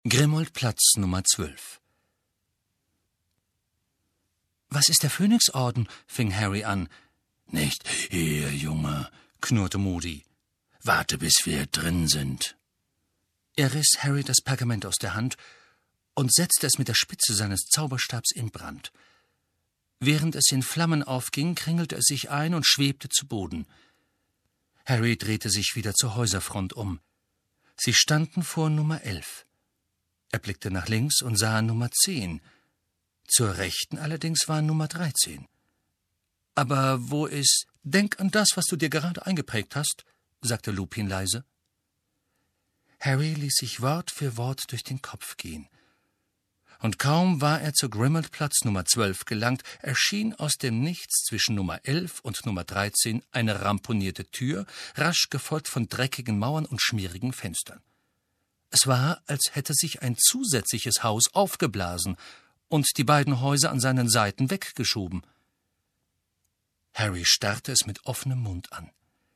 Grimoldplatz Nummer 12. »Was ist der Phönixorden?« fing Harry an. »Nicht hier, Junge«, knurrte Moody. »Warte, bis wir drin sind.« Er riss Harry das Pergament aus der Hand und setzte es mit der Spitze seines Zauberstabs in Brand. Während es in Flammen aufging, kringelte es sich ein und schwebte zu Boden. Harry drehte sich wieder zur Häuserfront um. Sie standen vor Nummer 11. Er blickte nach links und sah Nummer 10. Zur Rechten allerdings war Nummer 13. »Aber wo ist... Denk an das, was du dir gerade eingeprägt hast«, sagte Lupin leise. Harry ließ sich Wort für Wort durch den Kopf gehen. Und kaum war er zu Grimoldplatz Nummer 12 gelangt, erschien aus dem Nichts zwischen Nummer 11 und Nummer 13 eine ramponierte Tür, rasch gefolgt von dreckigen Mauern und schmierigen Fenstern. Es war, als hätte sich ein zusätzliches Haus aufgeblasen und die beiden Häuser an seinen Seiten weggeschoben. Harry starrte es mit offenem Mund an.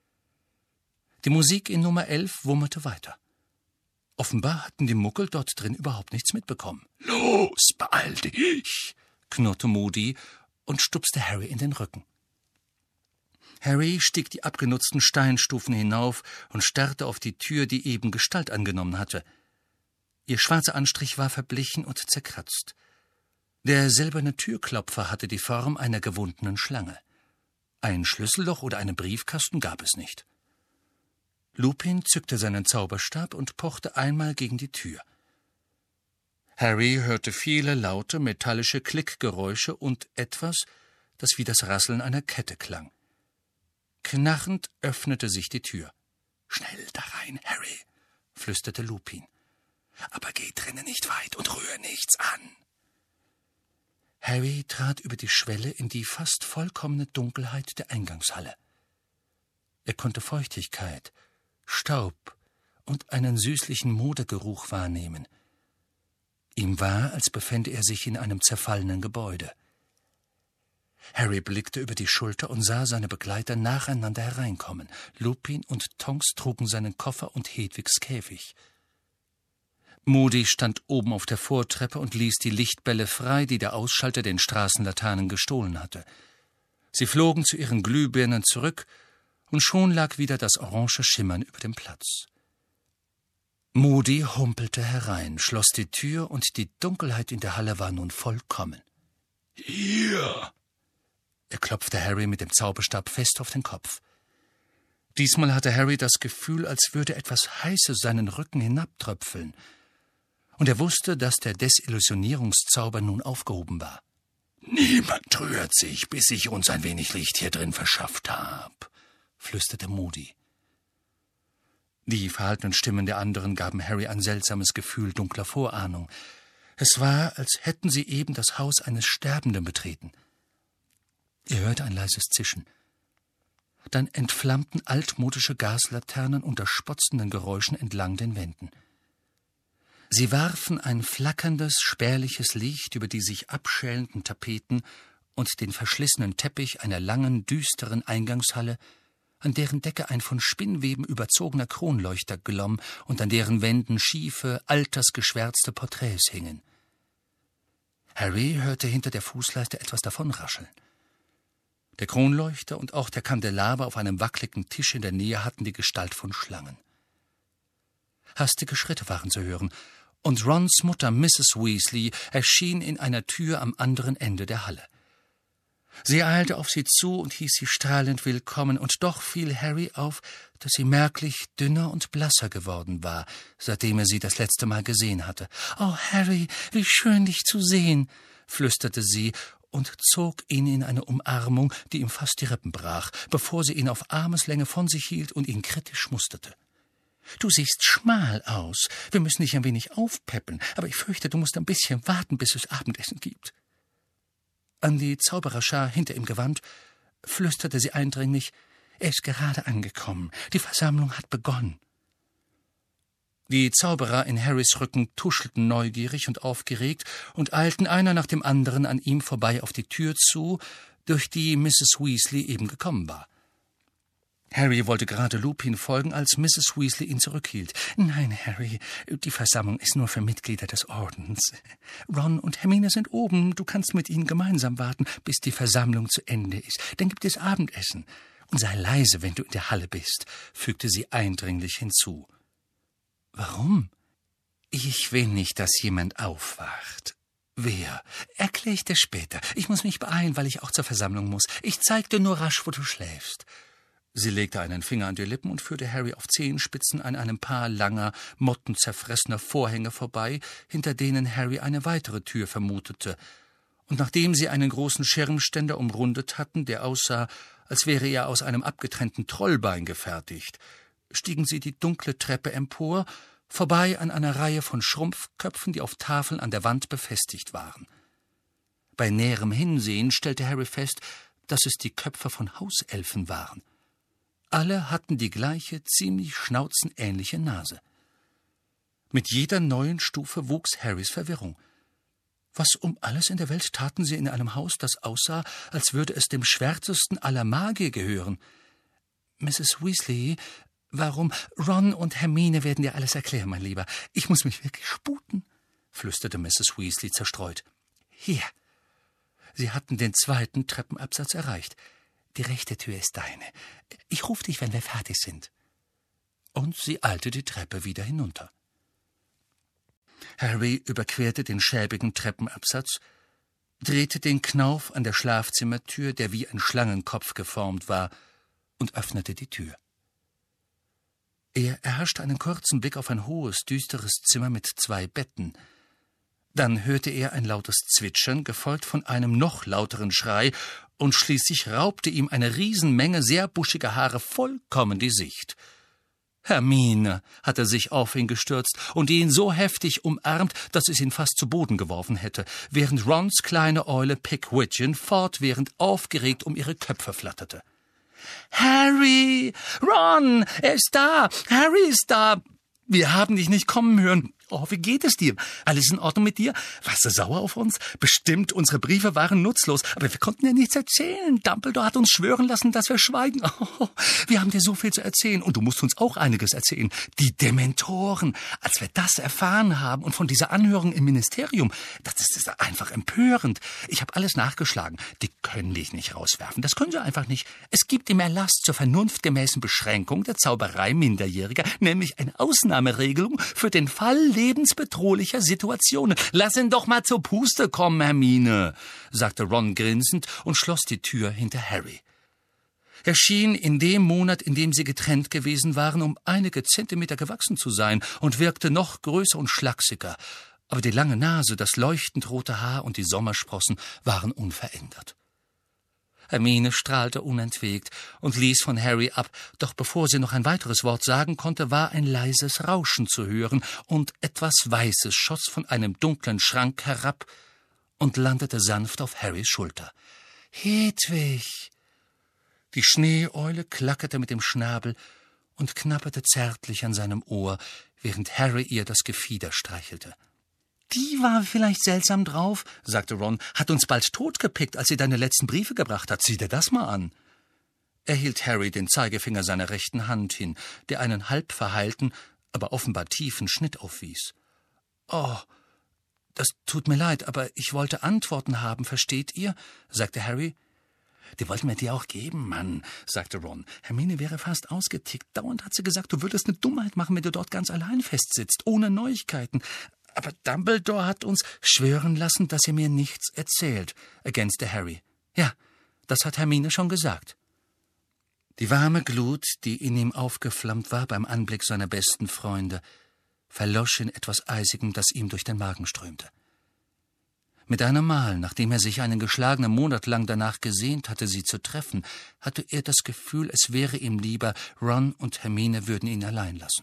Die Musik in Nummer 11 wummerte weiter. Offenbar hatten die Muggel dort drin überhaupt nichts mitbekommen. »Los, beeil dich«, knurrte Moody und stupste Harry in den Rücken. Harry stieg die abgenutzten Steinstufen hinauf und starrte auf die Tür, die eben Gestalt angenommen hatte. Ihr schwarzer Anstrich war verblichen und zerkratzt. Der silberne Türklopfer hatte die Form einer gewundenen Schlange. Ein Schlüsselloch oder einen Briefkasten gab es nicht. Lupin zückte seinen Zauberstab und pochte einmal gegen die Tür. Harry hörte viele laute, metallische Klickgeräusche und etwas, das wie das Rasseln einer Kette klang. Knarrend öffnete sich die Tür. »Schnell da rein, Harry«, flüsterte Lupin. »Aber geh drinnen nicht weit und rühr nichts an.« Harry trat über die Schwelle in die fast vollkommene Dunkelheit der Eingangshalle. Er konnte Feuchtigkeit, Staub und einen süßlichen Modergeruch wahrnehmen. Ihm war, als befände er sich in einem zerfallenen Gebäude. Harry blickte über die Schulter und sah seine Begleiter nacheinander hereinkommen. Lupin und Tonks trugen seinen Koffer und Hedwigs Käfig. Moody stand oben auf der Vortreppe und ließ die Lichtbälle frei, die der Ausschalter den Straßenlaternen gestohlen hatte. Sie flogen zu ihren Glühbirnen zurück, und schon lag wieder das orange Schimmern über dem Platz. Moody humpelte herein, schloss die Tür, und die Dunkelheit in der Halle war nun vollkommen. »Hier!« Er klopfte Harry mit dem Zauberstab fest auf den Kopf. Diesmal hatte Harry das Gefühl, als würde etwas Heißes seinen Rücken hinabtröpfeln, und er wusste, dass der Desillusionierungszauber nun aufgehoben war. »Niemand rührt sich, bis ich uns ein wenig Licht hier drin verschafft habe«, flüsterte Moody. Die verhaltenen Stimmen der anderen gaben Harry ein seltsames Gefühl dunkler Vorahnung. Es war, als hätten sie eben das Haus eines Sterbenden betreten. Er hörte ein leises Zischen. Dann entflammten altmodische Gaslaternen unter spotzenden Geräuschen entlang den Wänden. Sie warfen ein flackerndes, spärliches Licht über die sich abschälenden Tapeten und den verschlissenen Teppich einer langen, düsteren Eingangshalle, an deren Decke ein von Spinnweben überzogener Kronleuchter glomm und an deren Wänden schiefe, altersgeschwärzte Porträts hingen. Harry hörte hinter der Fußleiste etwas davonrascheln. Der Kronleuchter und auch der Kandelaber auf einem wackeligen Tisch in der Nähe hatten die Gestalt von Schlangen. Hastige Schritte waren zu hören, und Rons Mutter, Mrs. Weasley, erschien in einer Tür am anderen Ende der Halle. Sie eilte auf sie zu und hieß sie strahlend willkommen, und doch fiel Harry auf, dass sie merklich dünner und blasser geworden war, seitdem er sie das letzte Mal gesehen hatte. »Oh, Harry, wie schön, dich zu sehen«, flüsterte sie und zog ihn in eine Umarmung, die ihm fast die Rippen brach, bevor sie ihn auf Armeslänge von sich hielt und ihn kritisch musterte. »Du siehst schmal aus. Wir müssen dich ein wenig aufpeppen, aber ich fürchte, du musst ein bisschen warten, bis es Abendessen gibt.« An die Zaubererschar hinter ihm gewandt, flüsterte sie eindringlich, »Er ist gerade angekommen. Die Versammlung hat begonnen.« Die Zauberer in Harrys Rücken tuschelten neugierig und aufgeregt und eilten einer nach dem anderen an ihm vorbei auf die Tür zu, durch die Mrs. Weasley eben gekommen war. Harry wollte gerade Lupin folgen, als Mrs. Weasley ihn zurückhielt. »Nein, Harry, die Versammlung ist nur für Mitglieder des Ordens. Ron und Hermine sind oben. Du kannst mit ihnen gemeinsam warten, bis die Versammlung zu Ende ist. Dann gibt es Abendessen. Und sei leise, wenn du in der Halle bist«, fügte sie eindringlich hinzu. »Warum?« »Ich will nicht, dass jemand aufwacht.« »Wer?« »Erklär ich dir später. Ich muss mich beeilen, weil ich auch zur Versammlung muss. Ich zeig dir nur rasch, wo du schläfst.« Sie legte einen Finger an die Lippen und führte Harry auf Zehenspitzen an einem Paar langer, mottenzerfressener Vorhänge vorbei, hinter denen Harry eine weitere Tür vermutete. Und nachdem sie einen großen Schirmständer umrundet hatten, der aussah, als wäre er aus einem abgetrennten Trollbein gefertigt, stiegen sie die dunkle Treppe empor, vorbei an einer Reihe von Schrumpfköpfen, die auf Tafeln an der Wand befestigt waren. Bei näherem Hinsehen stellte Harry fest, dass es die Köpfe von Hauselfen waren. Alle hatten die gleiche, ziemlich schnauzenähnliche Nase. Mit jeder neuen Stufe wuchs Harrys Verwirrung. Was um alles in der Welt taten sie in einem Haus, das aussah, als würde es dem schwärzesten aller Magier gehören? »Mrs. Weasley, warum? Ron und Hermine werden dir alles erklären, mein Lieber. Ich muss mich wirklich sputen«, flüsterte Mrs. Weasley zerstreut. »Hier.« Sie hatten den zweiten Treppenabsatz erreicht. »Die rechte Tür ist deine. Ich rufe dich, wenn wir fertig sind.« Und sie eilte die Treppe wieder hinunter. Harry überquerte den schäbigen Treppenabsatz, drehte den Knauf an der Schlafzimmertür, der wie ein Schlangenkopf geformt war, und öffnete die Tür. Er erhaschte einen kurzen Blick auf ein hohes, düsteres Zimmer mit 2 Betten. Dann hörte er ein lautes Zwitschern, gefolgt von einem noch lauteren Schrei, und schließlich raubte ihm eine Riesenmenge sehr buschiger Haare vollkommen die Sicht. Hermine hatte sich auf ihn gestürzt und ihn so heftig umarmt, dass es ihn fast zu Boden geworfen hätte, während Rons kleine Eule Pigwidgeon fortwährend aufgeregt um ihre Köpfe flatterte. »Harry! Ron! Er ist da! Harry ist da! Wir haben dich nicht kommen hören. Oh, wie geht es dir? Alles in Ordnung mit dir? Warst du sauer auf uns? Bestimmt, unsere Briefe waren nutzlos, aber wir konnten dir nichts erzählen. Dumbledore hat uns schwören lassen, dass wir schweigen. Oh, wir haben dir so viel zu erzählen und du musst uns auch einiges erzählen. Die Dementoren, als wir das erfahren haben und von dieser Anhörung im Ministerium, das ist einfach empörend. Ich habe alles nachgeschlagen. Die können dich nicht rauswerfen, das können sie einfach nicht. Es gibt im Erlass zur vernunftgemäßen Beschränkung der Zauberei Minderjähriger, nämlich eine Ausnahmeregelung für den Fall lebensbedrohlicher Situationen. »Lass ihn doch mal zur Puste kommen, Hermine«, sagte Ron grinsend und schloss die Tür hinter Harry. Er schien in dem Monat, in dem sie getrennt gewesen waren, um einige Zentimeter gewachsen zu sein und wirkte noch größer und schlachsiger. Aber die lange Nase, das leuchtend rote Haar und die Sommersprossen waren unverändert. Hermine strahlte unentwegt und ließ von Harry ab, doch bevor sie noch ein weiteres Wort sagen konnte, war ein leises Rauschen zu hören, und etwas Weißes schoss von einem dunklen Schrank herab und landete sanft auf Harrys Schulter. »Hedwig!« Die Schneeeule klackerte mit dem Schnabel und knapperte zärtlich an seinem Ohr, während Harry ihr das Gefieder streichelte. »Die war vielleicht seltsam drauf«, sagte Ron, »hat uns bald totgepickt, als sie deine letzten Briefe gebracht hat. Sieh dir das mal an.« Er hielt Harry den Zeigefinger seiner rechten Hand hin, der einen halb verheilten, aber offenbar tiefen Schnitt aufwies. »Oh, das tut mir leid, aber ich wollte Antworten haben, versteht ihr?«, sagte Harry. »Die wollten wir dir auch geben, Mann«, sagte Ron. »Hermine wäre fast ausgetickt. Dauernd hat sie gesagt, du würdest eine Dummheit machen, wenn du dort ganz allein festsitzt, ohne Neuigkeiten. Aber Dumbledore hat uns schwören lassen, dass er mir nichts erzählt«, ergänzte Harry. »Ja, das hat Hermine schon gesagt.« Die warme Glut, die in ihm aufgeflammt war beim Anblick seiner besten Freunde, verlosch in etwas Eisigem, das ihm durch den Magen strömte. Mit einem Mal, nachdem er sich einen geschlagenen Monat lang danach gesehnt hatte, sie zu treffen, hatte er das Gefühl, es wäre ihm lieber, Ron und Hermine würden ihn allein lassen.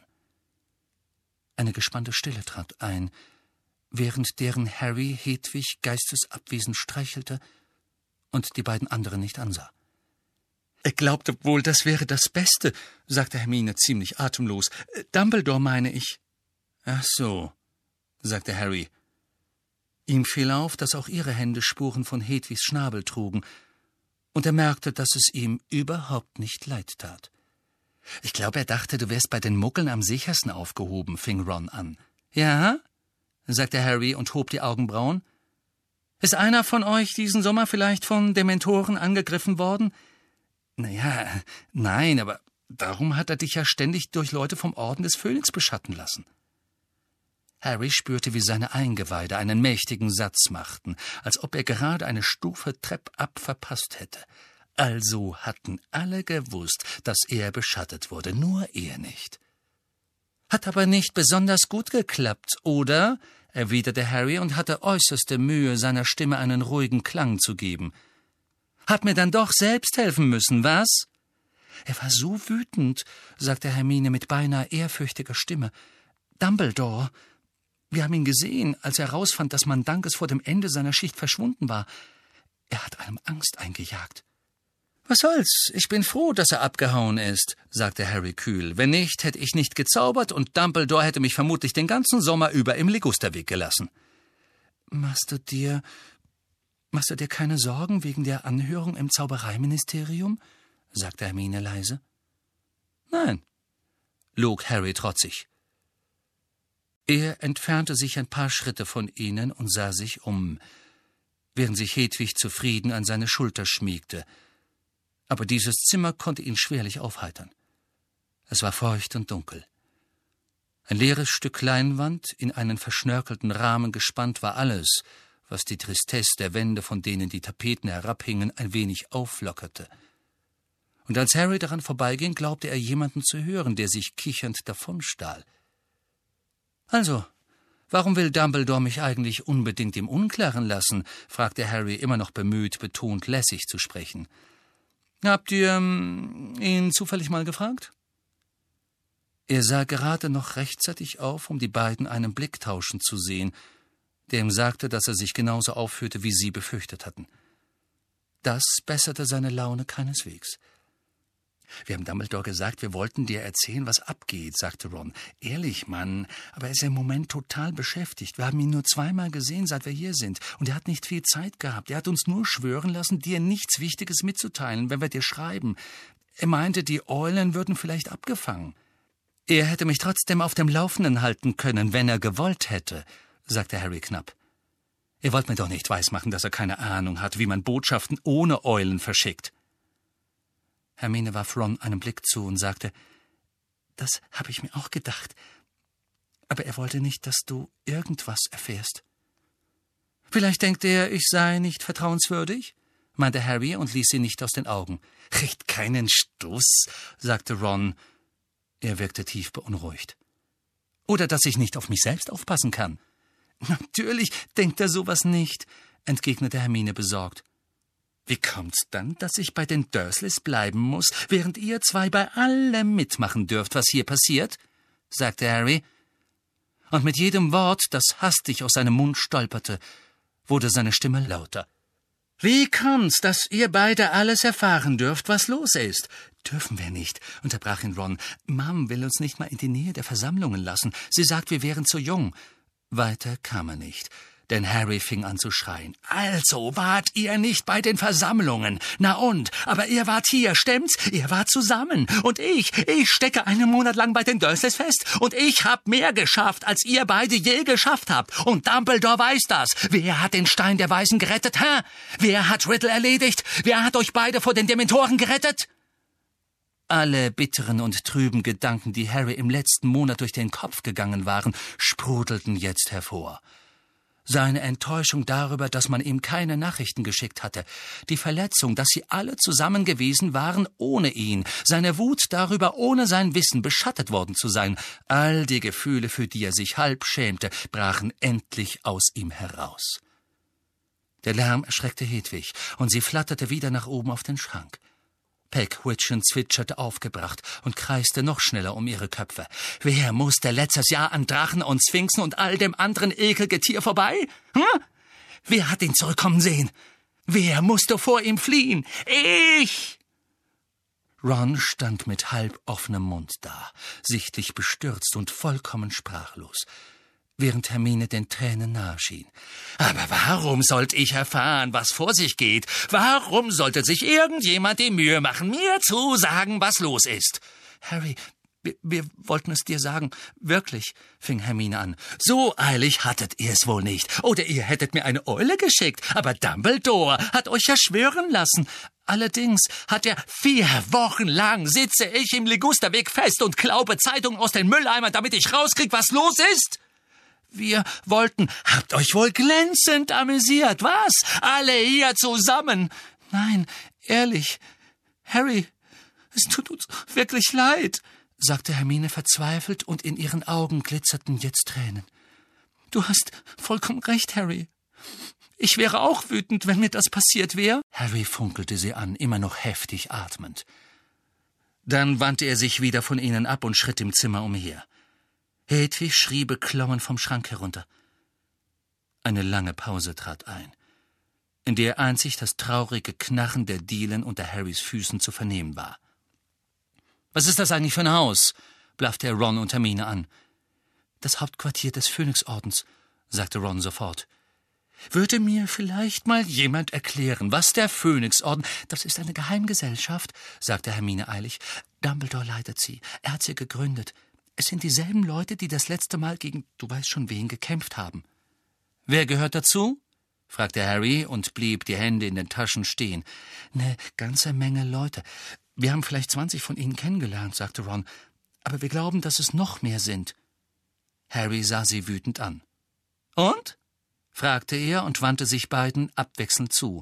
Eine gespannte Stille trat ein, während deren Harry Hedwig geistesabwesend streichelte und die beiden anderen nicht ansah. »Er glaubte wohl, das wäre das Beste«, sagte Hermine ziemlich atemlos. »Dumbledore, meine ich.« »Ach so«, sagte Harry. Ihm fiel auf, dass auch ihre Hände Spuren von Hedwigs Schnabel trugen, und er merkte, dass es ihm überhaupt nicht leid tat. »Ich glaube, er dachte, du wärst bei den Muggeln am sichersten aufgehoben«, fing Ron an. »Ja?«, sagte Harry und hob die Augenbrauen. »Ist einer von euch diesen Sommer vielleicht von Dementoren angegriffen worden?« »Naja, nein, aber darum hat er dich ja ständig durch Leute vom Orden des Phönix beschatten lassen.« Harry spürte, wie seine Eingeweide einen mächtigen Satz machten, als ob er gerade eine Stufe treppab verpasst hätte. Also hatten alle gewusst, dass er beschattet wurde, nur er nicht. »Hat aber nicht besonders gut geklappt, oder?«, erwiderte Harry und hatte äußerste Mühe, seiner Stimme einen ruhigen Klang zu geben. »Hat mir dann doch selbst helfen müssen, was?« »Er war so wütend«, sagte Hermine mit beinahe ehrfürchtiger Stimme. »Dumbledore. Wir haben ihn gesehen, als er herausfand, dass Mandanges vor dem Ende seiner Schicht verschwunden war. Er hat einem Angst eingejagt.« »Was soll's? Ich bin froh, dass er abgehauen ist«, sagte Harry kühl. »Wenn nicht, hätte ich nicht gezaubert und Dumbledore hätte mich vermutlich den ganzen Sommer über im Ligusterweg gelassen.« Machst du dir keine Sorgen wegen der Anhörung im Zaubereiministerium?«, sagte Hermine leise. »Nein«, log Harry trotzig. Er entfernte sich ein paar Schritte von ihnen und sah sich um, während sich Hedwig zufrieden an seine Schulter schmiegte. Aber dieses Zimmer konnte ihn schwerlich aufheitern. Es war feucht und dunkel. Ein leeres Stück Leinwand, in einen verschnörkelten Rahmen gespannt, war alles, was die Tristesse der Wände, von denen die Tapeten herabhingen, ein wenig auflockerte. Und als Harry daran vorbeiging, glaubte er, jemanden zu hören, der sich kichernd davonstahl. »Also, warum will Dumbledore mich eigentlich unbedingt im Unklaren lassen?«, fragte Harry, immer noch bemüht, betont lässig zu sprechen. »Habt ihr ihn zufällig mal gefragt?« Er sah gerade noch rechtzeitig auf, um die beiden einen Blick tauschen zu sehen, der ihm sagte, dass er sich genauso aufführte, wie sie befürchtet hatten. Das besserte seine Laune keineswegs. »Wir haben Dumbledore gesagt, wir wollten dir erzählen, was abgeht«, sagte Ron. »Ehrlich, Mann, aber er ist im Moment total beschäftigt. Wir haben ihn nur 2-mal gesehen, seit wir hier sind, und er hat nicht viel Zeit gehabt. Er hat uns nur schwören lassen, dir nichts Wichtiges mitzuteilen, wenn wir dir schreiben. Er meinte, die Eulen würden vielleicht abgefangen. Er hätte mich trotzdem auf dem Laufenden halten können, wenn er gewollt hätte«, sagte Harry knapp. »Ihr wollt mir doch nicht weismachen, dass er keine Ahnung hat, wie man Botschaften ohne Eulen verschickt.« Hermine warf Ron einen Blick zu und sagte, »Das habe ich mir auch gedacht. Aber er wollte nicht, dass du irgendwas erfährst.« »Vielleicht denkt er, ich sei nicht vertrauenswürdig?«, meinte Harry und ließ sie nicht aus den Augen. »Richt keinen Stuss«, sagte Ron. Er wirkte tief beunruhigt. »Oder dass ich nicht auf mich selbst aufpassen kann.« »Natürlich denkt er sowas nicht«, entgegnete Hermine besorgt. »Wie kommt's dann, dass ich bei den Dursleys bleiben muss, während ihr 2 bei allem mitmachen dürft, was hier passiert?«, sagte Harry. Und mit jedem Wort, das hastig aus seinem Mund stolperte, wurde seine Stimme lauter. »Wie kommt's, dass ihr beide alles erfahren dürft, was los ist?« »Dürfen wir nicht«, unterbrach ihn Ron. »Mom will uns nicht mal in die Nähe der Versammlungen lassen. Sie sagt, wir wären zu jung.« Weiter kam er nicht, denn Harry fing an zu schreien. »Also wart ihr nicht bei den Versammlungen? Na und? Aber ihr wart hier, stimmt's? Ihr wart zusammen. Und ich stecke einen Monat lang bei den Dursleys fest. Und ich hab mehr geschafft, als ihr beide je geschafft habt. Und Dumbledore weiß das. Wer hat den Stein der Weisen gerettet, hä? Wer hat Riddle erledigt? Wer hat euch beide vor den Dementoren gerettet?« Alle bitteren und trüben Gedanken, die Harry im letzten Monat durch den Kopf gegangen waren, sprudelten jetzt hervor. Seine Enttäuschung darüber, dass man ihm keine Nachrichten geschickt hatte, die Verletzung, dass sie alle zusammen gewesen waren ohne ihn, seine Wut darüber, ohne sein Wissen beschattet worden zu sein, all die Gefühle, für die er sich halb schämte, brachen endlich aus ihm heraus. Der Lärm erschreckte Hedwig, und sie flatterte wieder nach oben auf den Schrank. Pegwidgeon zwitscherte aufgebracht und kreiste noch schneller um ihre Köpfe. »Wer musste letztes Jahr an Drachen und Sphinxen und all dem anderen Ekelgetier vorbei? Wer hat ihn zurückkommen sehen? Wer musste vor ihm fliehen? Ich!« Ron stand mit halb offenem Mund da, sichtlich bestürzt und vollkommen sprachlos, während Hermine den Tränen nahe schien. »Aber warum sollte ich erfahren, was vor sich geht? Warum sollte sich irgendjemand die Mühe machen, mir zu sagen, was los ist? Harry, wir wollten es dir sagen. Wirklich, fing Hermine an. So eilig hattet ihr es wohl nicht. Oder ihr hättet mir eine Eule geschickt. Aber Dumbledore hat euch ja schwören lassen. Allerdings hat er 4 Wochen lang sitze ich im Ligusterweg fest und klaube Zeitungen aus den Mülleimern, damit ich rauskrieg, was los ist. Wir wollten, habt euch wohl glänzend amüsiert, was? Alle hier zusammen. Nein, ehrlich, Harry, es tut uns wirklich leid, sagte Hermine verzweifelt, und in ihren Augen glitzerten jetzt Tränen. Du hast vollkommen recht, Harry. Ich wäre auch wütend, wenn mir das passiert wäre. Harry funkelte sie an, immer noch heftig atmend. Dann wandte er sich wieder von ihnen ab und schritt im Zimmer umher. Hedwig schrie beklommen vom Schrank herunter. Eine lange Pause trat ein, in der einzig das traurige Knarren der Dielen unter Harrys Füßen zu vernehmen war. »Was ist das eigentlich für ein Haus?« blaffte er Ron und Hermine an. »Das Hauptquartier des Phönixordens«, sagte Ron sofort. »Würde mir vielleicht mal jemand erklären, was der Phönixorden...« »Das ist eine Geheimgesellschaft«, sagte Hermine eilig. »Dumbledore leitet sie. Er hat sie gegründet. Es sind dieselben Leute, die das letzte Mal gegen, du weißt schon wen, gekämpft haben.« »Wer gehört dazu?« fragte Harry und blieb, die Hände in den Taschen stehen. »Eine ganze Menge Leute. Wir haben vielleicht 20 von ihnen kennengelernt«, sagte Ron. »Aber wir glauben, dass es noch mehr sind.« Harry sah sie wütend an. »Und?« fragte er und wandte sich beiden abwechselnd zu.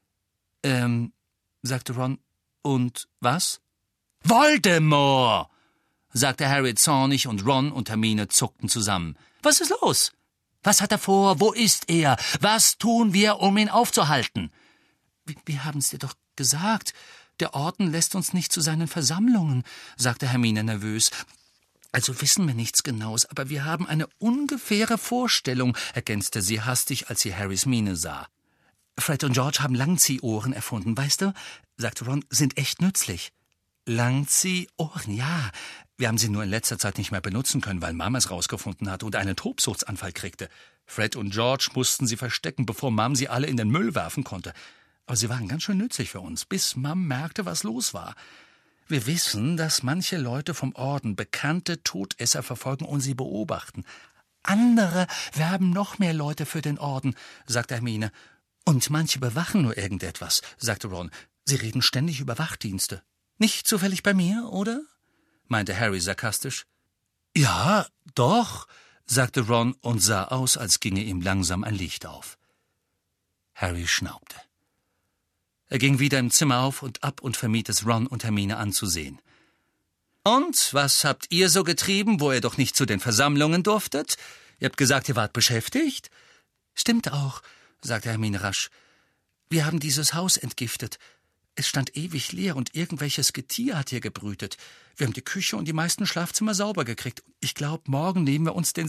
Sagte Ron. »Und was?« »Voldemort«, sagte Harry zornig, und Ron und Hermine zuckten zusammen. »Was ist los? Was hat er vor? Wo ist er? Was tun wir, um ihn aufzuhalten?« »Wir haben's dir doch gesagt. Der Orden lässt uns nicht zu seinen Versammlungen«, sagte Hermine nervös. »Also wissen wir nichts Genaues, aber wir haben eine ungefähre Vorstellung«, ergänzte sie hastig, als sie Harrys Miene sah. »Fred und George haben Langziehohren erfunden, weißt du?«, sagte Ron, »sind echt nützlich.« »Langziehohren, ja. Wir haben sie nur in letzter Zeit nicht mehr benutzen können, weil Mama es rausgefunden hat und einen Tobsuchtsanfall kriegte. Fred und George mussten sie verstecken, bevor Mom sie alle in den Müll werfen konnte. Aber sie waren ganz schön nützlich für uns, bis Mom merkte, was los war. Wir wissen, dass manche Leute vom Orden bekannte Todesser verfolgen und sie beobachten. Andere werben noch mehr Leute für den Orden«, sagte Hermine. »Und manche bewachen nur irgendetwas«, sagte Ron. »Sie reden ständig über Wachdienste.« »Nicht zufällig bei mir, oder?«, meinte Harry sarkastisch. »Ja, doch«, sagte Ron und sah aus, als ginge ihm langsam ein Licht auf. Harry schnaubte. Er ging wieder im Zimmer auf und ab und vermied es Ron und Hermine anzusehen. »Und, was habt ihr so getrieben, wo ihr doch nicht zu den Versammlungen durftet? Ihr habt gesagt, ihr wart beschäftigt?« »Stimmt auch«, sagte Hermine rasch. »Wir haben dieses Haus entgiftet. Es stand ewig leer und irgendwelches Getier hat hier gebrütet. Wir haben die Küche und die meisten Schlafzimmer sauber gekriegt. Ich glaube, morgen nehmen wir uns den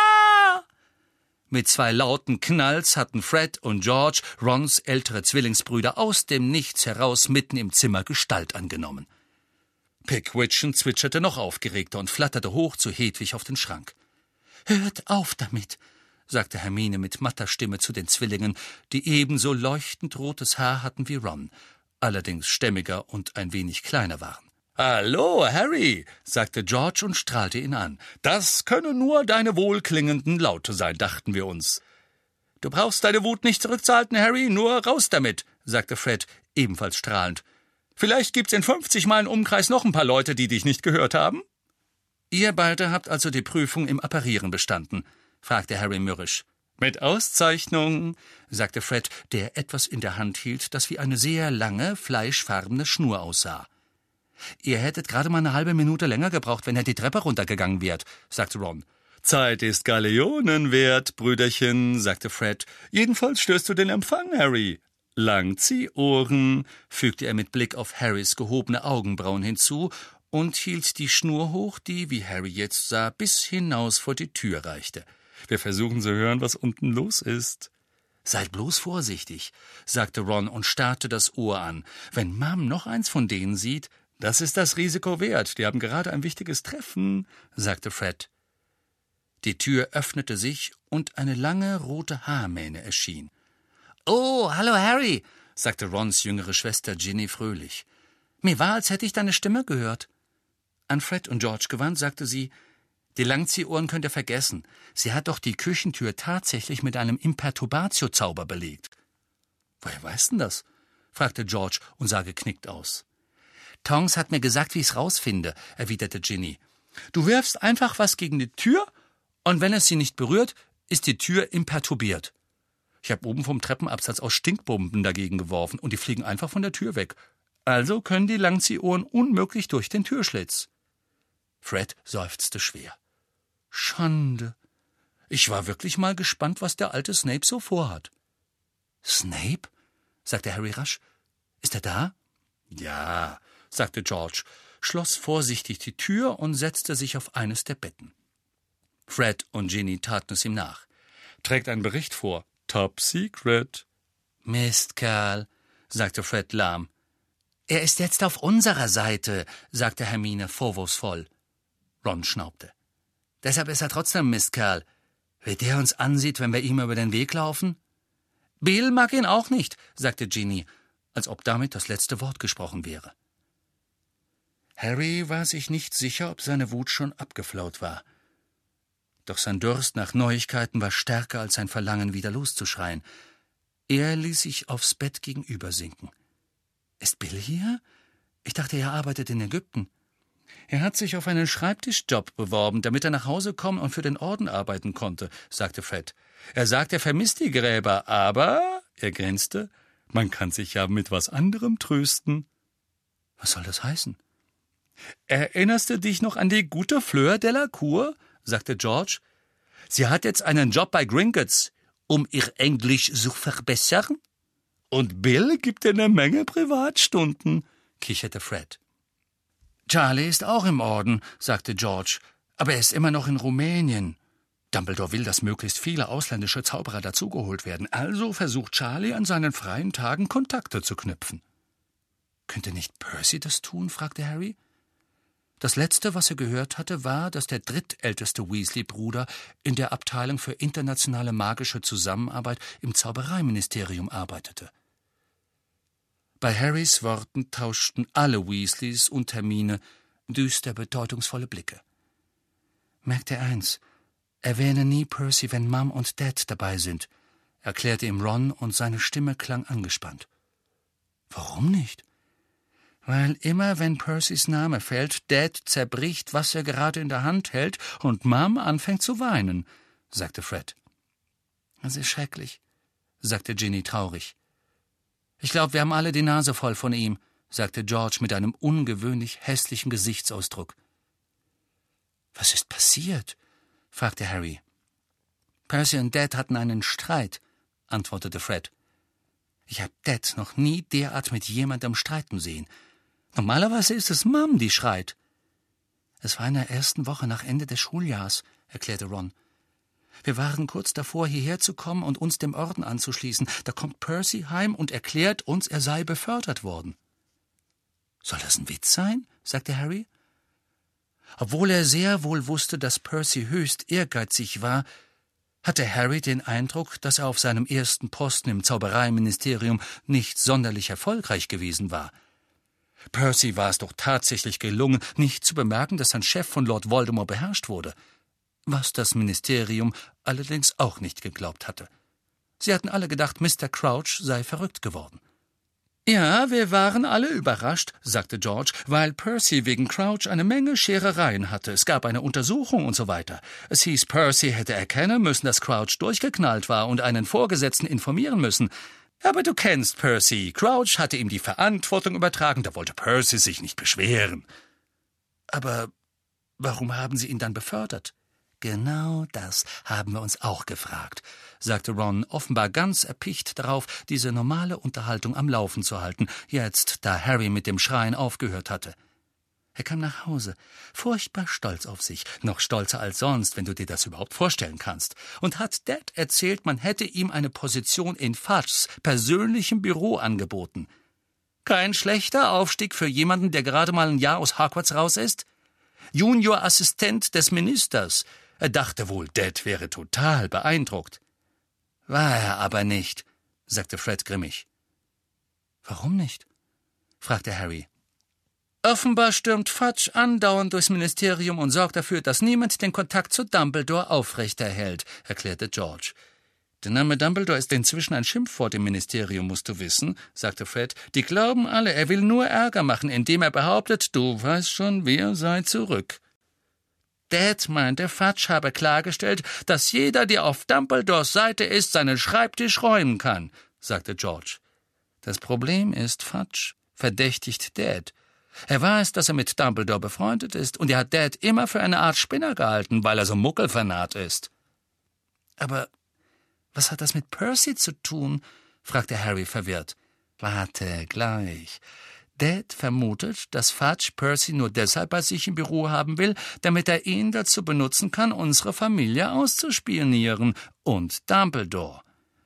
Mit 2 lauten Knalls hatten Fred und George, Rons ältere Zwillingsbrüder, aus dem Nichts heraus mitten im Zimmer Gestalt angenommen. Pickwidgeon zwitscherte noch aufgeregter und flatterte hoch zu Hedwig auf den Schrank. »Hört auf damit«, sagte Hermine mit matter Stimme zu den Zwillingen, die ebenso leuchtend rotes Haar hatten wie Ron, allerdings stämmiger und ein wenig kleiner waren. »Hallo, Harry«, sagte George und strahlte ihn an. »Das können nur deine wohlklingenden Laute sein, dachten wir uns.« »Du brauchst deine Wut nicht zurückzuhalten, Harry, nur raus damit«, sagte Fred, ebenfalls strahlend. »Vielleicht gibt's in 50 Meilen Umkreis noch ein paar Leute, die dich nicht gehört haben?« »Ihr beide habt also die Prüfung im Apparieren bestanden?« fragte Harry mürrisch. »Mit Auszeichnung«, sagte Fred, der etwas in der Hand hielt, das wie eine sehr lange, fleischfarbene Schnur aussah. »Ihr hättet gerade mal eine halbe Minute länger gebraucht, wenn ihr die Treppe runtergegangen wärt«, sagte Ron. »Zeit ist Galeonen wert, Brüderchen«, sagte Fred. »Jedenfalls störst du den Empfang, Harry.« »Langziehohren«, fügte er mit Blick auf Harrys gehobene Augenbrauen hinzu und hielt die Schnur hoch, die, wie Harry jetzt sah, bis hinaus vor die Tür reichte. »Wir versuchen zu hören, was unten los ist.« »Seid bloß vorsichtig«, sagte Ron und starrte das Ohr an. »Wenn Mom noch eins von denen sieht...« »Das ist das Risiko wert. Die haben gerade ein wichtiges Treffen«, sagte Fred. Die Tür öffnete sich und eine lange rote Haarmähne erschien. »Oh, hallo Harry«, sagte Rons jüngere Schwester Ginny fröhlich. »Mir war, als hätte ich deine Stimme gehört.« An Fred und George gewandt, sagte sie, die Langziehohren könnt ihr vergessen. Sie hat doch die Küchentür tatsächlich mit einem Imperturbatio-Zauber belegt. Woher weißt denn das? Fragte George und sah geknickt aus. Tongs hat mir gesagt, wie ich's rausfinde, erwiderte Ginny. Du wirfst einfach was gegen die Tür, und wenn es sie nicht berührt, ist die Tür imperturbiert. Ich habe oben vom Treppenabsatz aus Stinkbomben dagegen geworfen, und die fliegen einfach von der Tür weg. Also können die Langziehohren unmöglich durch den Türschlitz. Fred seufzte schwer. Schande. Ich war wirklich mal gespannt, was der alte Snape so vorhat. Snape? Sagte Harry rasch. Ist er da? Ja, sagte George, schloss vorsichtig die Tür und setzte sich auf eines der Betten. Fred und Ginny taten es ihm nach. Trägt einen Bericht vor. Top secret. Mistkerl, sagte Fred lahm. Er ist jetzt auf unserer Seite, sagte Hermine vorwurfsvoll. Ron schnaubte. Deshalb ist er trotzdem Mistkerl. Wie der uns ansieht, wenn wir ihm über den Weg laufen? Bill mag ihn auch nicht, sagte Ginny, als ob damit das letzte Wort gesprochen wäre. Harry war sich nicht sicher, ob seine Wut schon abgeflaut war. Doch sein Durst nach Neuigkeiten war stärker als sein Verlangen, wieder loszuschreien. Er ließ sich aufs Bett gegenüber sinken. Ist Bill hier? Ich dachte, er arbeitet in Ägypten. Er hat sich auf einen Schreibtischjob beworben, damit er nach Hause kommen und für den Orden arbeiten konnte, sagte Fred. Er sagt, er vermisst die Gräber, aber, er grinste, man kann sich ja mit was anderem trösten. Was soll das heißen? Erinnerst du dich noch an die gute Fleur Delacour? Sagte George. Sie hat jetzt einen Job bei Gringotts, um ihr Englisch zu verbessern. Und Bill gibt ihr eine Menge Privatstunden, kicherte Fred. Charlie ist auch im Orden, sagte George, aber er ist immer noch in Rumänien. Dumbledore will, dass möglichst viele ausländische Zauberer dazugeholt werden, also versucht Charlie an seinen freien Tagen Kontakte zu knüpfen. Könnte nicht Percy das tun? Fragte Harry. Das Letzte, was er gehört hatte, war, dass der drittälteste Weasley-Bruder in der Abteilung für internationale magische Zusammenarbeit im Zaubereiministerium arbeitete. Bei Harrys Worten tauschten alle Weasleys und Hermine düster bedeutungsvolle Blicke. Merkte eins: Erwähne nie Percy, wenn Mom und Dad dabei sind, erklärte ihm Ron, und seine Stimme klang angespannt. Warum nicht? Weil immer, wenn Percys Name fällt, Dad zerbricht, was er gerade in der Hand hält, und Mom anfängt zu weinen, sagte Fred. Das ist schrecklich, sagte Ginny traurig. Ich glaube, wir haben alle die Nase voll von ihm, sagte George mit einem ungewöhnlich hässlichen Gesichtsausdruck. Was ist passiert? Fragte Harry. Percy und Dad hatten einen Streit, antwortete Fred. Ich habe Dad noch nie derart mit jemandem streiten sehen. Normalerweise ist es Mom, die schreit. Es war in der ersten Woche nach Ende des Schuljahrs, erklärte Ron. Wir waren kurz davor, hierher zu kommen und uns dem Orden anzuschließen. Da kommt Percy heim und erklärt uns, er sei befördert worden. Soll das ein Witz sein? Sagte Harry. Obwohl er sehr wohl wusste, dass Percy höchst ehrgeizig war, hatte Harry den Eindruck, dass er auf seinem ersten Posten im Zaubereiministerium nicht sonderlich erfolgreich gewesen war. Percy war es doch tatsächlich gelungen, nicht zu bemerken, dass sein Chef von Lord Voldemort beherrscht wurde, was das Ministerium allerdings auch nicht geglaubt hatte. Sie hatten alle gedacht, Mr. Crouch sei verrückt geworden. Ja, wir waren alle überrascht, sagte George, weil Percy wegen Crouch eine Menge Scherereien hatte. Es gab eine Untersuchung und so weiter. Es hieß, Percy hätte erkennen müssen, dass Crouch durchgeknallt war und einen Vorgesetzten informieren müssen. Aber du kennst Percy. Crouch hatte ihm die Verantwortung übertragen, da wollte Percy sich nicht beschweren. Aber warum haben Sie ihn dann befördert? Genau das haben wir uns auch gefragt, sagte Ron, offenbar ganz erpicht darauf, diese normale Unterhaltung am Laufen zu halten, jetzt, da Harry mit dem Schreien aufgehört hatte. Er kam nach Hause, furchtbar stolz auf sich, noch stolzer als sonst, wenn du dir das überhaupt vorstellen kannst, und hat Dad erzählt, man hätte ihm eine Position in Fudges persönlichem Büro angeboten. Kein schlechter Aufstieg für jemanden, der gerade mal ein Jahr aus Hogwarts raus ist? Juniorassistent des Ministers. Er dachte wohl, Dad wäre total beeindruckt. War er aber nicht, sagte Fred grimmig. Warum nicht? Fragte Harry. Offenbar stürmt Fudge andauernd durchs Ministerium und sorgt dafür, dass niemand den Kontakt zu Dumbledore aufrechterhält, erklärte George. Der Name Dumbledore ist inzwischen ein Schimpfwort im Ministerium, musst du wissen, sagte Fred. Die glauben alle, er will nur Ärger machen, indem er behauptet, du weißt schon, wir sei zurück. Dad meinte, Fudge habe klargestellt, dass jeder, der auf Dumbledores Seite ist, seinen Schreibtisch räumen kann, sagte George. Das Problem ist, Fudge verdächtigt Dad. Er weiß, dass er mit Dumbledore befreundet ist, und er hat Dad immer für eine Art Spinner gehalten, weil er so Muggelfanat ist. Aber was hat das mit Percy zu tun? Fragte Harry verwirrt. Warte, gleich. Dad vermutet, dass Fudge Percy nur deshalb bei sich im Büro haben will, damit er ihn dazu benutzen kann, unsere Familie auszuspionieren. Und Dumbledore.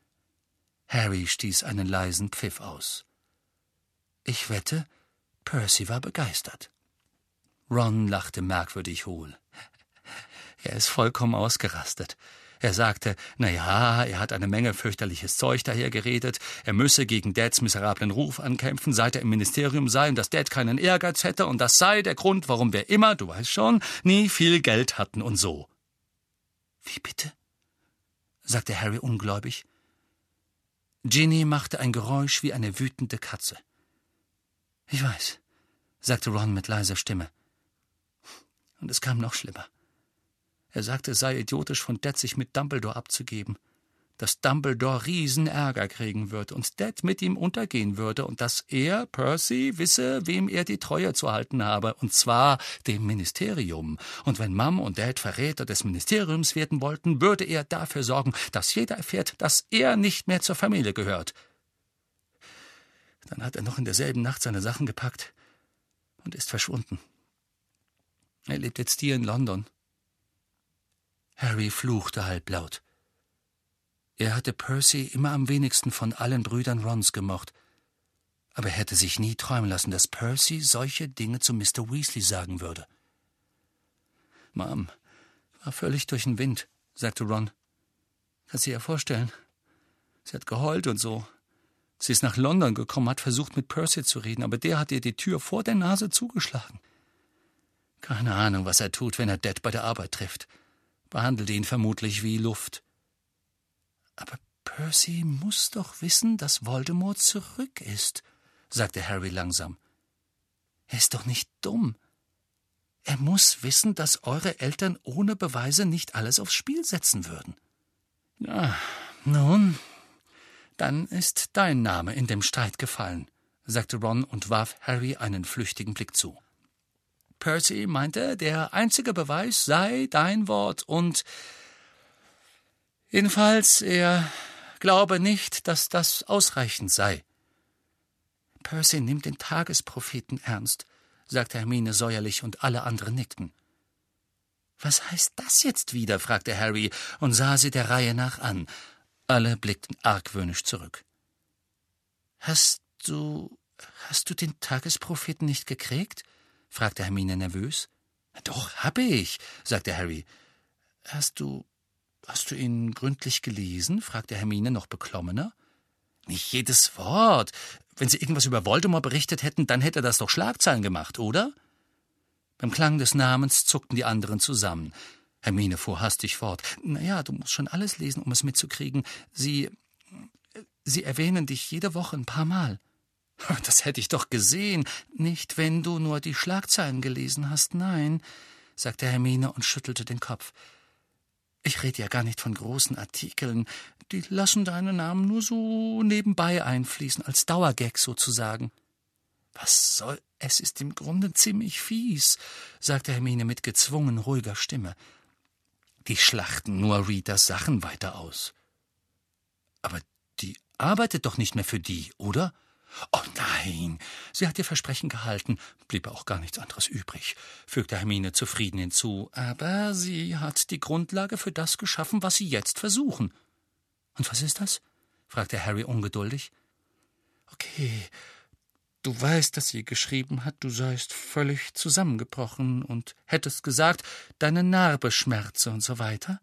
Harry stieß einen leisen Pfiff aus. Ich wette, Percy war begeistert. Ron lachte merkwürdig hohl. Er ist vollkommen ausgerastet. Er sagte, na ja, er hat eine Menge fürchterliches Zeug dahergeredet, er müsse gegen Dads miserablen Ruf ankämpfen, seit er im Ministerium sei, und dass Dad keinen Ehrgeiz hätte, und das sei der Grund, warum wir immer, du weißt schon, nie viel Geld hatten und so. Wie bitte? Sagte Harry ungläubig. Ginny machte ein Geräusch wie eine wütende Katze. Ich weiß, sagte Ron mit leiser Stimme. Und es kam noch schlimmer. Er sagte, es sei idiotisch von Dad, sich mit Dumbledore abzugeben, dass Dumbledore Riesenärger kriegen würde und Dad mit ihm untergehen würde und dass er, Percy, wisse, wem er die Treue zu halten habe, und zwar dem Ministerium. Und wenn Mom und Dad Verräter des Ministeriums werden wollten, würde er dafür sorgen, dass jeder erfährt, dass er nicht mehr zur Familie gehört. Dann hat er noch in derselben Nacht seine Sachen gepackt und ist verschwunden. Er lebt jetzt hier in London. Harry fluchte halblaut. Er hatte Percy immer am wenigsten von allen Brüdern Rons gemocht, aber er hätte sich nie träumen lassen, dass Percy solche Dinge zu Mr. Weasley sagen würde. Mom war völlig durch den Wind, sagte Ron. Kannst du dir vorstellen? Sie hat geheult und so. Sie ist nach London gekommen, hat versucht, mit Percy zu reden, aber der hat ihr die Tür vor der Nase zugeschlagen. Keine Ahnung, was er tut, wenn er Dad bei der Arbeit trifft. Behandelt ihn vermutlich wie Luft. Aber Percy muss doch wissen, dass Voldemort zurück ist, sagte Harry langsam. Er ist doch nicht dumm. Er muss wissen, dass eure Eltern ohne Beweise nicht alles aufs Spiel setzen würden. Ja, nun, dann ist dein Name in dem Streit gefallen, sagte Ron und warf Harry einen flüchtigen Blick zu. Percy meinte, der einzige Beweis sei dein Wort und jedenfalls, er glaube nicht, dass das ausreichend sei. Percy nimmt den Tagespropheten ernst, sagte Hermine säuerlich und alle anderen nickten. Was heißt das jetzt wieder? Fragte Harry und sah sie der Reihe nach an. Alle blickten argwöhnisch zurück. Hast du den Tagespropheten nicht gekriegt? Fragte Hermine nervös. Doch, habe ich, sagte Harry. Hast du ihn gründlich gelesen? Fragte Hermine noch beklommener. Nicht jedes Wort. Wenn Sie irgendwas über Voldemort berichtet hätten, dann hätte das doch Schlagzeilen gemacht, oder? Beim Klang des Namens zuckten die anderen zusammen. Hermine fuhr hastig fort. Na ja, du musst schon alles lesen, um es mitzukriegen. Sie erwähnen dich jede Woche ein paar Mal. Das hätte ich doch gesehen. Nicht, wenn du nur die Schlagzeilen gelesen hast, nein, sagte Hermine und schüttelte den Kopf. Ich rede ja gar nicht von großen Artikeln. Die lassen deinen Namen nur so nebenbei einfließen, als Dauergag sozusagen. Was soll, es ist im Grunde ziemlich fies, sagte Hermine mit gezwungen ruhiger Stimme. Die schlachten nur Ritas Sachen weiter aus. Aber die arbeitet doch nicht mehr für die, oder? Oh nein, sie hat ihr Versprechen gehalten, blieb auch gar nichts anderes übrig, fügte Hermine zufrieden hinzu, aber sie hat die Grundlage für das geschaffen, was sie jetzt versuchen. Und was ist das? Fragte Harry ungeduldig. Okay, du weißt, dass sie geschrieben hat, du seist völlig zusammengebrochen und hättest gesagt, deine Narbe schmerze und so weiter?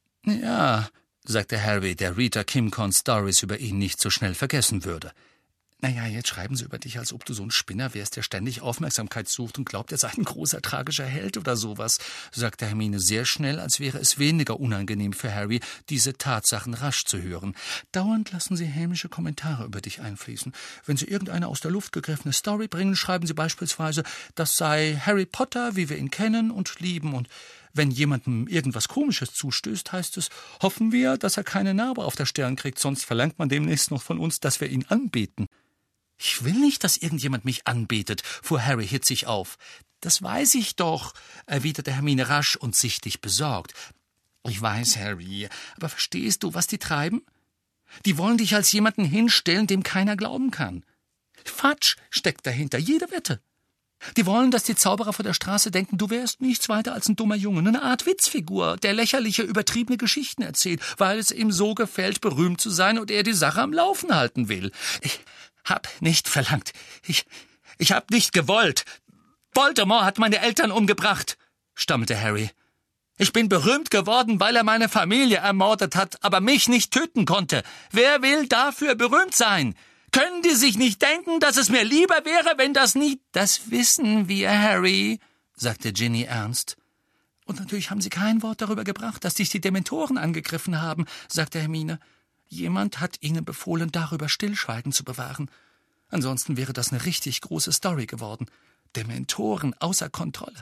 Ja, sagte Harry, der Rita Kimcorns Stories über ihn nicht so schnell vergessen würde. Naja, jetzt schreiben sie über dich, als ob du so ein Spinner wärst, der ständig Aufmerksamkeit sucht und glaubt, er sei ein großer, tragischer Held oder sowas, sagte Hermine sehr schnell, als wäre es weniger unangenehm für Harry, diese Tatsachen rasch zu hören. Dauernd lassen sie hämische Kommentare über dich einfließen. Wenn sie irgendeine aus der Luft gegriffene Story bringen, schreiben sie beispielsweise, das sei Harry Potter, wie wir ihn kennen und lieben, und wenn jemandem irgendwas Komisches zustößt, heißt es, hoffen wir, dass er keine Narbe auf der Stirn kriegt, sonst verlangt man demnächst noch von uns, dass wir ihn anbeten. »Ich will nicht, dass irgendjemand mich anbetet«, fuhr Harry hitzig auf. »Das weiß ich doch«, erwiderte Hermine rasch und sichtlich besorgt. »Ich weiß, Harry, aber verstehst du, was die treiben? Die wollen dich als jemanden hinstellen, dem keiner glauben kann. Fatsch steckt dahinter, jede Wette. Die wollen, dass die Zauberer vor der Straße denken, du wärst nichts weiter als ein dummer Junge, eine Art Witzfigur, der lächerliche, übertriebene Geschichten erzählt, weil es ihm so gefällt, berühmt zu sein und er die Sache am Laufen halten will. Ich hab nicht verlangt. Ich hab nicht gewollt. Voldemort hat meine Eltern umgebracht«, stammelte Harry. »Ich bin berühmt geworden, weil er meine Familie ermordet hat, aber mich nicht töten konnte. Wer will dafür berühmt sein? Können die sich nicht denken, dass es mir lieber wäre, wenn das nie...« »Das wissen wir, Harry«, sagte Ginny ernst. »Und natürlich haben Sie kein Wort darüber gebracht, dass dich die Dementoren angegriffen haben«, sagte Hermine. »Jemand hat Ihnen befohlen, darüber Stillschweigen zu bewahren. Ansonsten wäre das eine richtig große Story geworden. Dementoren außer Kontrolle.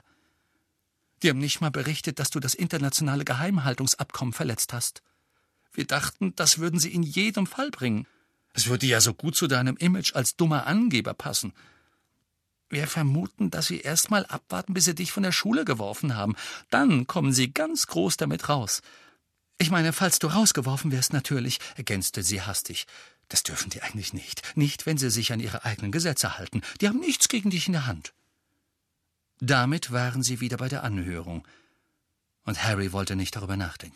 Die haben nicht mal berichtet, dass du das internationale Geheimhaltungsabkommen verletzt hast. Wir dachten, das würden sie in jedem Fall bringen. Es würde ja so gut zu deinem Image als dummer Angeber passen. Wir vermuten, dass sie erst mal abwarten, bis sie dich von der Schule geworfen haben. Dann kommen sie ganz groß damit raus. Ich meine, falls du rausgeworfen wärst, natürlich«, ergänzte sie hastig. »Das dürfen die eigentlich nicht. Nicht, wenn sie sich an ihre eigenen Gesetze halten. Die haben nichts gegen dich in der Hand.« Damit waren sie wieder bei der Anhörung, und Harry wollte nicht darüber nachdenken.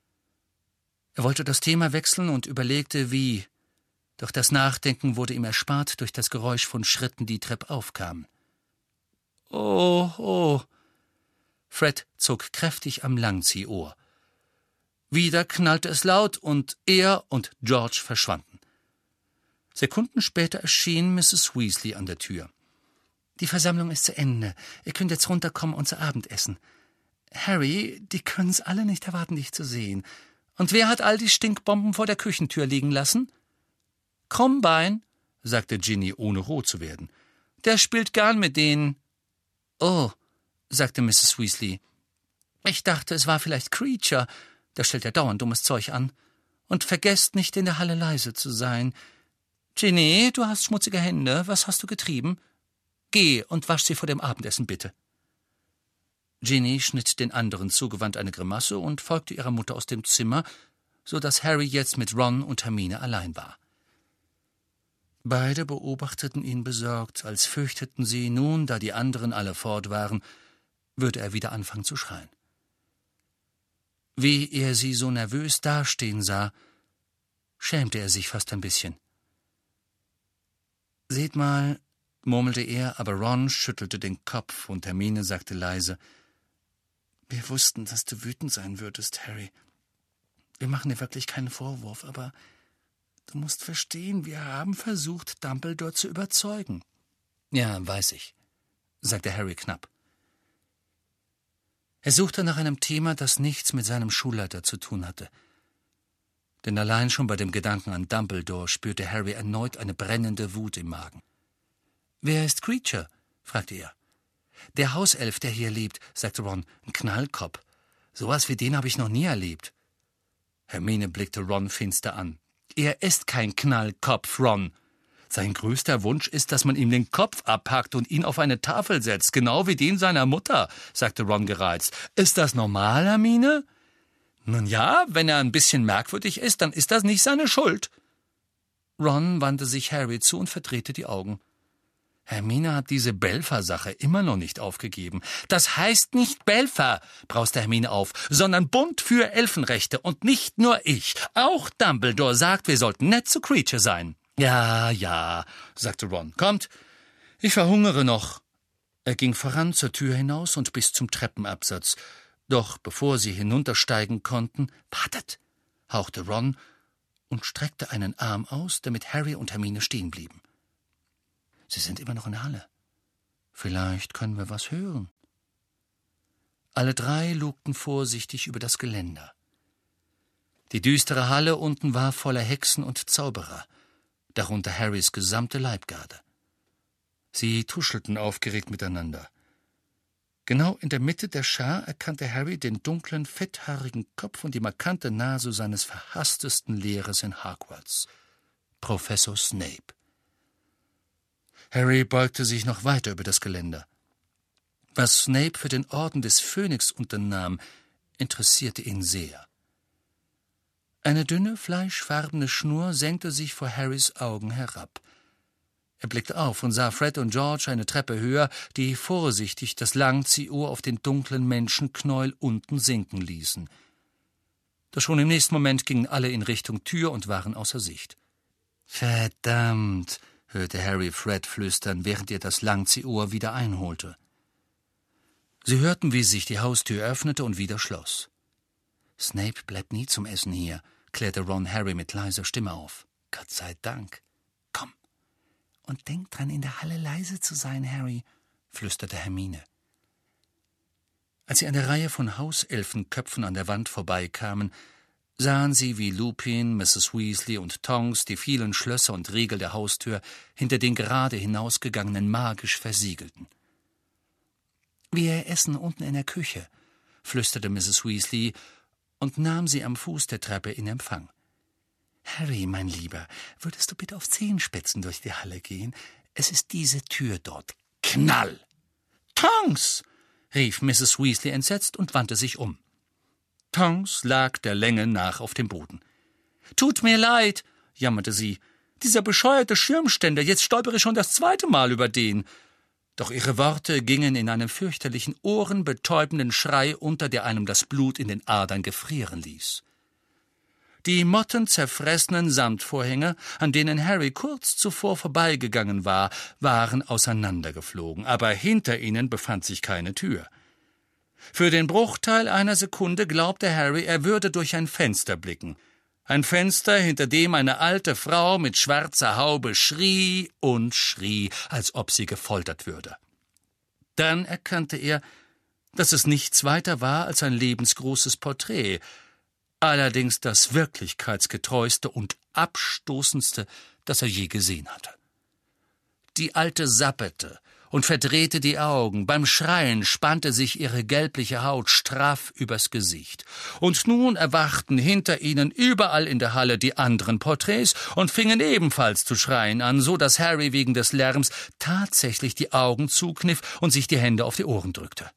Er wollte das Thema wechseln und überlegte, wie, doch das Nachdenken wurde ihm erspart durch das Geräusch von Schritten, die treppauf kamen. »Oh, oh!« Fred zog kräftig am Langziehohr. Wieder knallte es laut, und er und George verschwanden. Sekunden später erschien Mrs. Weasley an der Tür. »Die Versammlung ist zu Ende. Ihr könnt jetzt runterkommen und zu Abend essen. Harry, die können's alle nicht erwarten, dich zu sehen. Und wer hat all die Stinkbomben vor der Küchentür liegen lassen?« »Krummbein«, sagte Ginny, ohne rot zu werden. »Der spielt gern mit denen.« »Oh«, sagte Mrs. Weasley. »Ich dachte, es war vielleicht Creature. Der stellt ja dauernd dummes Zeug an. Und vergesst nicht, in der Halle leise zu sein. Ginny, du hast schmutzige Hände. Was hast du getrieben? Geh und wasch sie vor dem Abendessen, bitte.« Ginny schnitt den anderen zugewandt eine Grimasse und folgte ihrer Mutter aus dem Zimmer, so dass Harry jetzt mit Ron und Hermine allein war. Beide beobachteten ihn besorgt, als fürchteten sie, nun, da die anderen alle fort waren, würde er wieder anfangen zu schreien. Wie er sie so nervös dastehen sah, schämte er sich fast ein bisschen. »Seht mal«, murmelte er, aber Ron schüttelte den Kopf und Hermine sagte leise, »Wir wussten, dass du wütend sein würdest, Harry. Wir machen dir wirklich keinen Vorwurf, aber du musst verstehen, wir haben versucht, Dumbledore zu überzeugen.« »Ja, weiß ich«, sagte Harry knapp. Er suchte nach einem Thema, das nichts mit seinem Schulleiter zu tun hatte. Denn allein schon bei dem Gedanken an Dumbledore spürte Harry erneut eine brennende Wut im Magen. »Wer ist Creature?« fragte er. »Der Hauself, der hier lebt«, sagte Ron, »ein Knallkopf. Sowas wie den habe ich noch nie erlebt.« Hermine blickte Ron finster an. »Er ist kein Knallkopf, Ron. Sein größter Wunsch ist, dass man ihm den Kopf abhackt und ihn auf eine Tafel setzt, genau wie den seiner Mutter«, sagte Ron gereizt. »Ist das normal, Hermine?« »Nun ja, wenn er ein bisschen merkwürdig ist, dann ist das nicht seine Schuld.« Ron wandte sich Harry zu und verdrehte die Augen. Hermine hat diese Belfer-Sache immer noch nicht aufgegeben. »Das heißt nicht Belfer«, brauste Hermine auf, »sondern Bund für Elfenrechte, und nicht nur ich. Auch Dumbledore sagt, wir sollten nett zu Creature sein.« »Ja, ja«, sagte Ron. »Kommt, ich verhungere noch.« Er ging voran zur Tür hinaus und bis zum Treppenabsatz. Doch bevor sie hinuntersteigen konnten, »Wartet«, hauchte Ron und streckte einen Arm aus, damit Harry und Hermine stehen blieben. Sie sind immer noch in der Halle. Vielleicht können wir was hören. Alle drei lugten vorsichtig über das Geländer. Die düstere Halle unten war voller Hexen und Zauberer, darunter Harrys gesamte Leibgarde. Sie tuschelten aufgeregt miteinander. Genau in der Mitte der Schar erkannte Harry den dunklen, fetthaarigen Kopf und die markante Nase seines verhasstesten Lehrers in Hogwarts, Professor Snape. Harry beugte sich noch weiter über das Geländer. Was Snape für den Orden des Phönix unternahm, interessierte ihn sehr. Eine dünne, fleischfarbene Schnur senkte sich vor Harrys Augen herab. Er blickte auf und sah Fred und George eine Treppe höher, die vorsichtig das Langziehohr auf den dunklen Menschenknäuel unten sinken ließen. Doch schon im nächsten Moment gingen alle in Richtung Tür und waren außer Sicht. »Verdammt«, hörte Harry Fred flüstern, während er das Langziehohr wieder einholte. Sie hörten, wie sich die Haustür öffnete und wieder schloss. »Snape bleibt nie zum Essen hier«, klärte Ron Harry mit leiser Stimme auf. »Gott sei Dank. Komm. Und denk dran, in der Halle leise zu sein, Harry«, flüsterte Hermine. Als sie an der Reihe von Hauselfenköpfen an der Wand vorbeikamen, sahen sie, wie Lupin, Mrs. Weasley und Tonks die vielen Schlösser und Riegel der Haustür hinter den gerade hinausgegangenen magisch versiegelten. »Wir essen unten in der Küche«, flüsterte Mrs. Weasley und nahm sie am Fuß der Treppe in Empfang. »Harry, mein Lieber, würdest du bitte auf Zehenspitzen durch die Halle gehen? Es ist diese Tür dort.« Knall! »Tonks!« rief Mrs. Weasley entsetzt und wandte sich um. Tonks lag der Länge nach auf dem Boden. »Tut mir leid«, jammerte sie. »Dieser bescheuerte Schirmständer, jetzt stolpere ich schon das 2. Mal über den.« Doch ihre Worte gingen in einem fürchterlichen, ohrenbetäubenden Schrei unter, der einem das Blut in den Adern gefrieren ließ. Die mottenzerfressenen Samtvorhänge, an denen Harry kurz zuvor vorbeigegangen war, waren auseinandergeflogen, aber hinter ihnen befand sich keine Tür. Für den Bruchteil einer Sekunde glaubte Harry, er würde durch ein Fenster blicken. Ein Fenster, hinter dem eine alte Frau mit schwarzer Haube schrie und schrie, als ob sie gefoltert würde. Dann erkannte er, dass es nichts weiter war als ein lebensgroßes Porträt, allerdings das wirklichkeitsgetreueste und abstoßendste, das er je gesehen hatte. Die Alte sappete und verdrehte die Augen. Beim Schreien spannte sich ihre gelbliche Haut straff übers Gesicht. Und nun erwachten hinter ihnen überall in der Halle die anderen Porträts und fingen ebenfalls zu schreien an, so dass Harry wegen des Lärms tatsächlich die Augen zukniff und sich die Hände auf die Ohren drückte.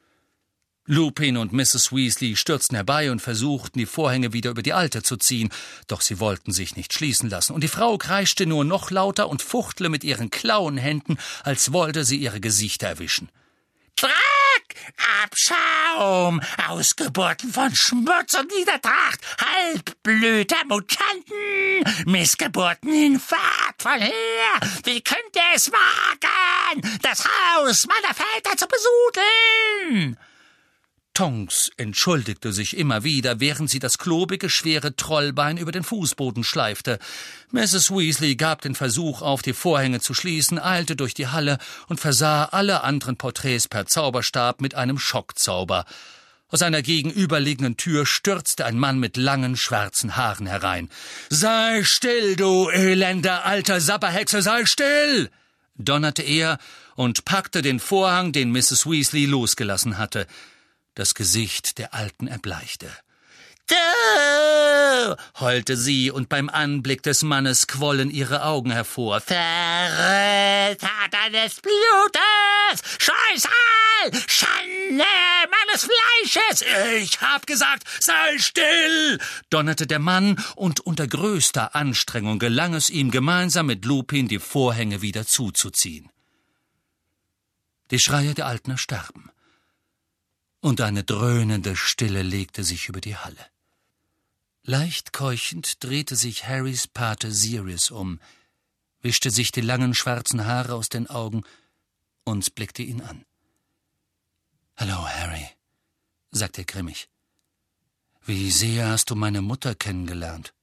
Lupin und Mrs. Weasley stürzten herbei und versuchten, die Vorhänge wieder über die Alte zu ziehen, doch sie wollten sich nicht schließen lassen, und die Frau kreischte nur noch lauter und fuchtelte mit ihren Klauenhänden, als wollte sie ihre Gesichter erwischen. »Dreck! Abschaum! Ausgeburten von Schmutz und Niedertracht! Halbblüter Mutanten! Missgeburten in Fahrt von her! Wie könnt ihr es wagen, das Haus meiner Väter zu besudeln?« Tonks entschuldigte sich immer wieder, während sie das klobige, schwere Trollbein über den Fußboden schleifte. Mrs. Weasley gab den Versuch auf, die Vorhänge zu schließen, eilte durch die Halle und versah alle anderen Porträts per Zauberstab mit einem Schockzauber. Aus einer gegenüberliegenden Tür stürzte ein Mann mit langen, schwarzen Haaren herein. »Sei still, du elender alter Sapperhexe, sei still!« donnerte er und packte den Vorhang, den Mrs. Weasley losgelassen hatte. Das Gesicht der Alten erbleichte. »Du!« heulte sie, und beim Anblick des Mannes quollen ihre Augen hervor. »Verräter deines Blutes! Scheusal! Schande meines Fleisches! Ich hab gesagt, sei still!« donnerte der Mann, und unter größter Anstrengung gelang es ihm, gemeinsam mit Lupin die Vorhänge wieder zuzuziehen. Die Schreie der Alten erstarben, und eine dröhnende Stille legte sich über die Halle. Leicht keuchend drehte sich Harrys Pate Sirius um, wischte sich die langen schwarzen Haare aus den Augen und blickte ihn an. »Hallo, Harry«, sagte er grimmig. »Wie sehr hast du meine Mutter kennengelernt?«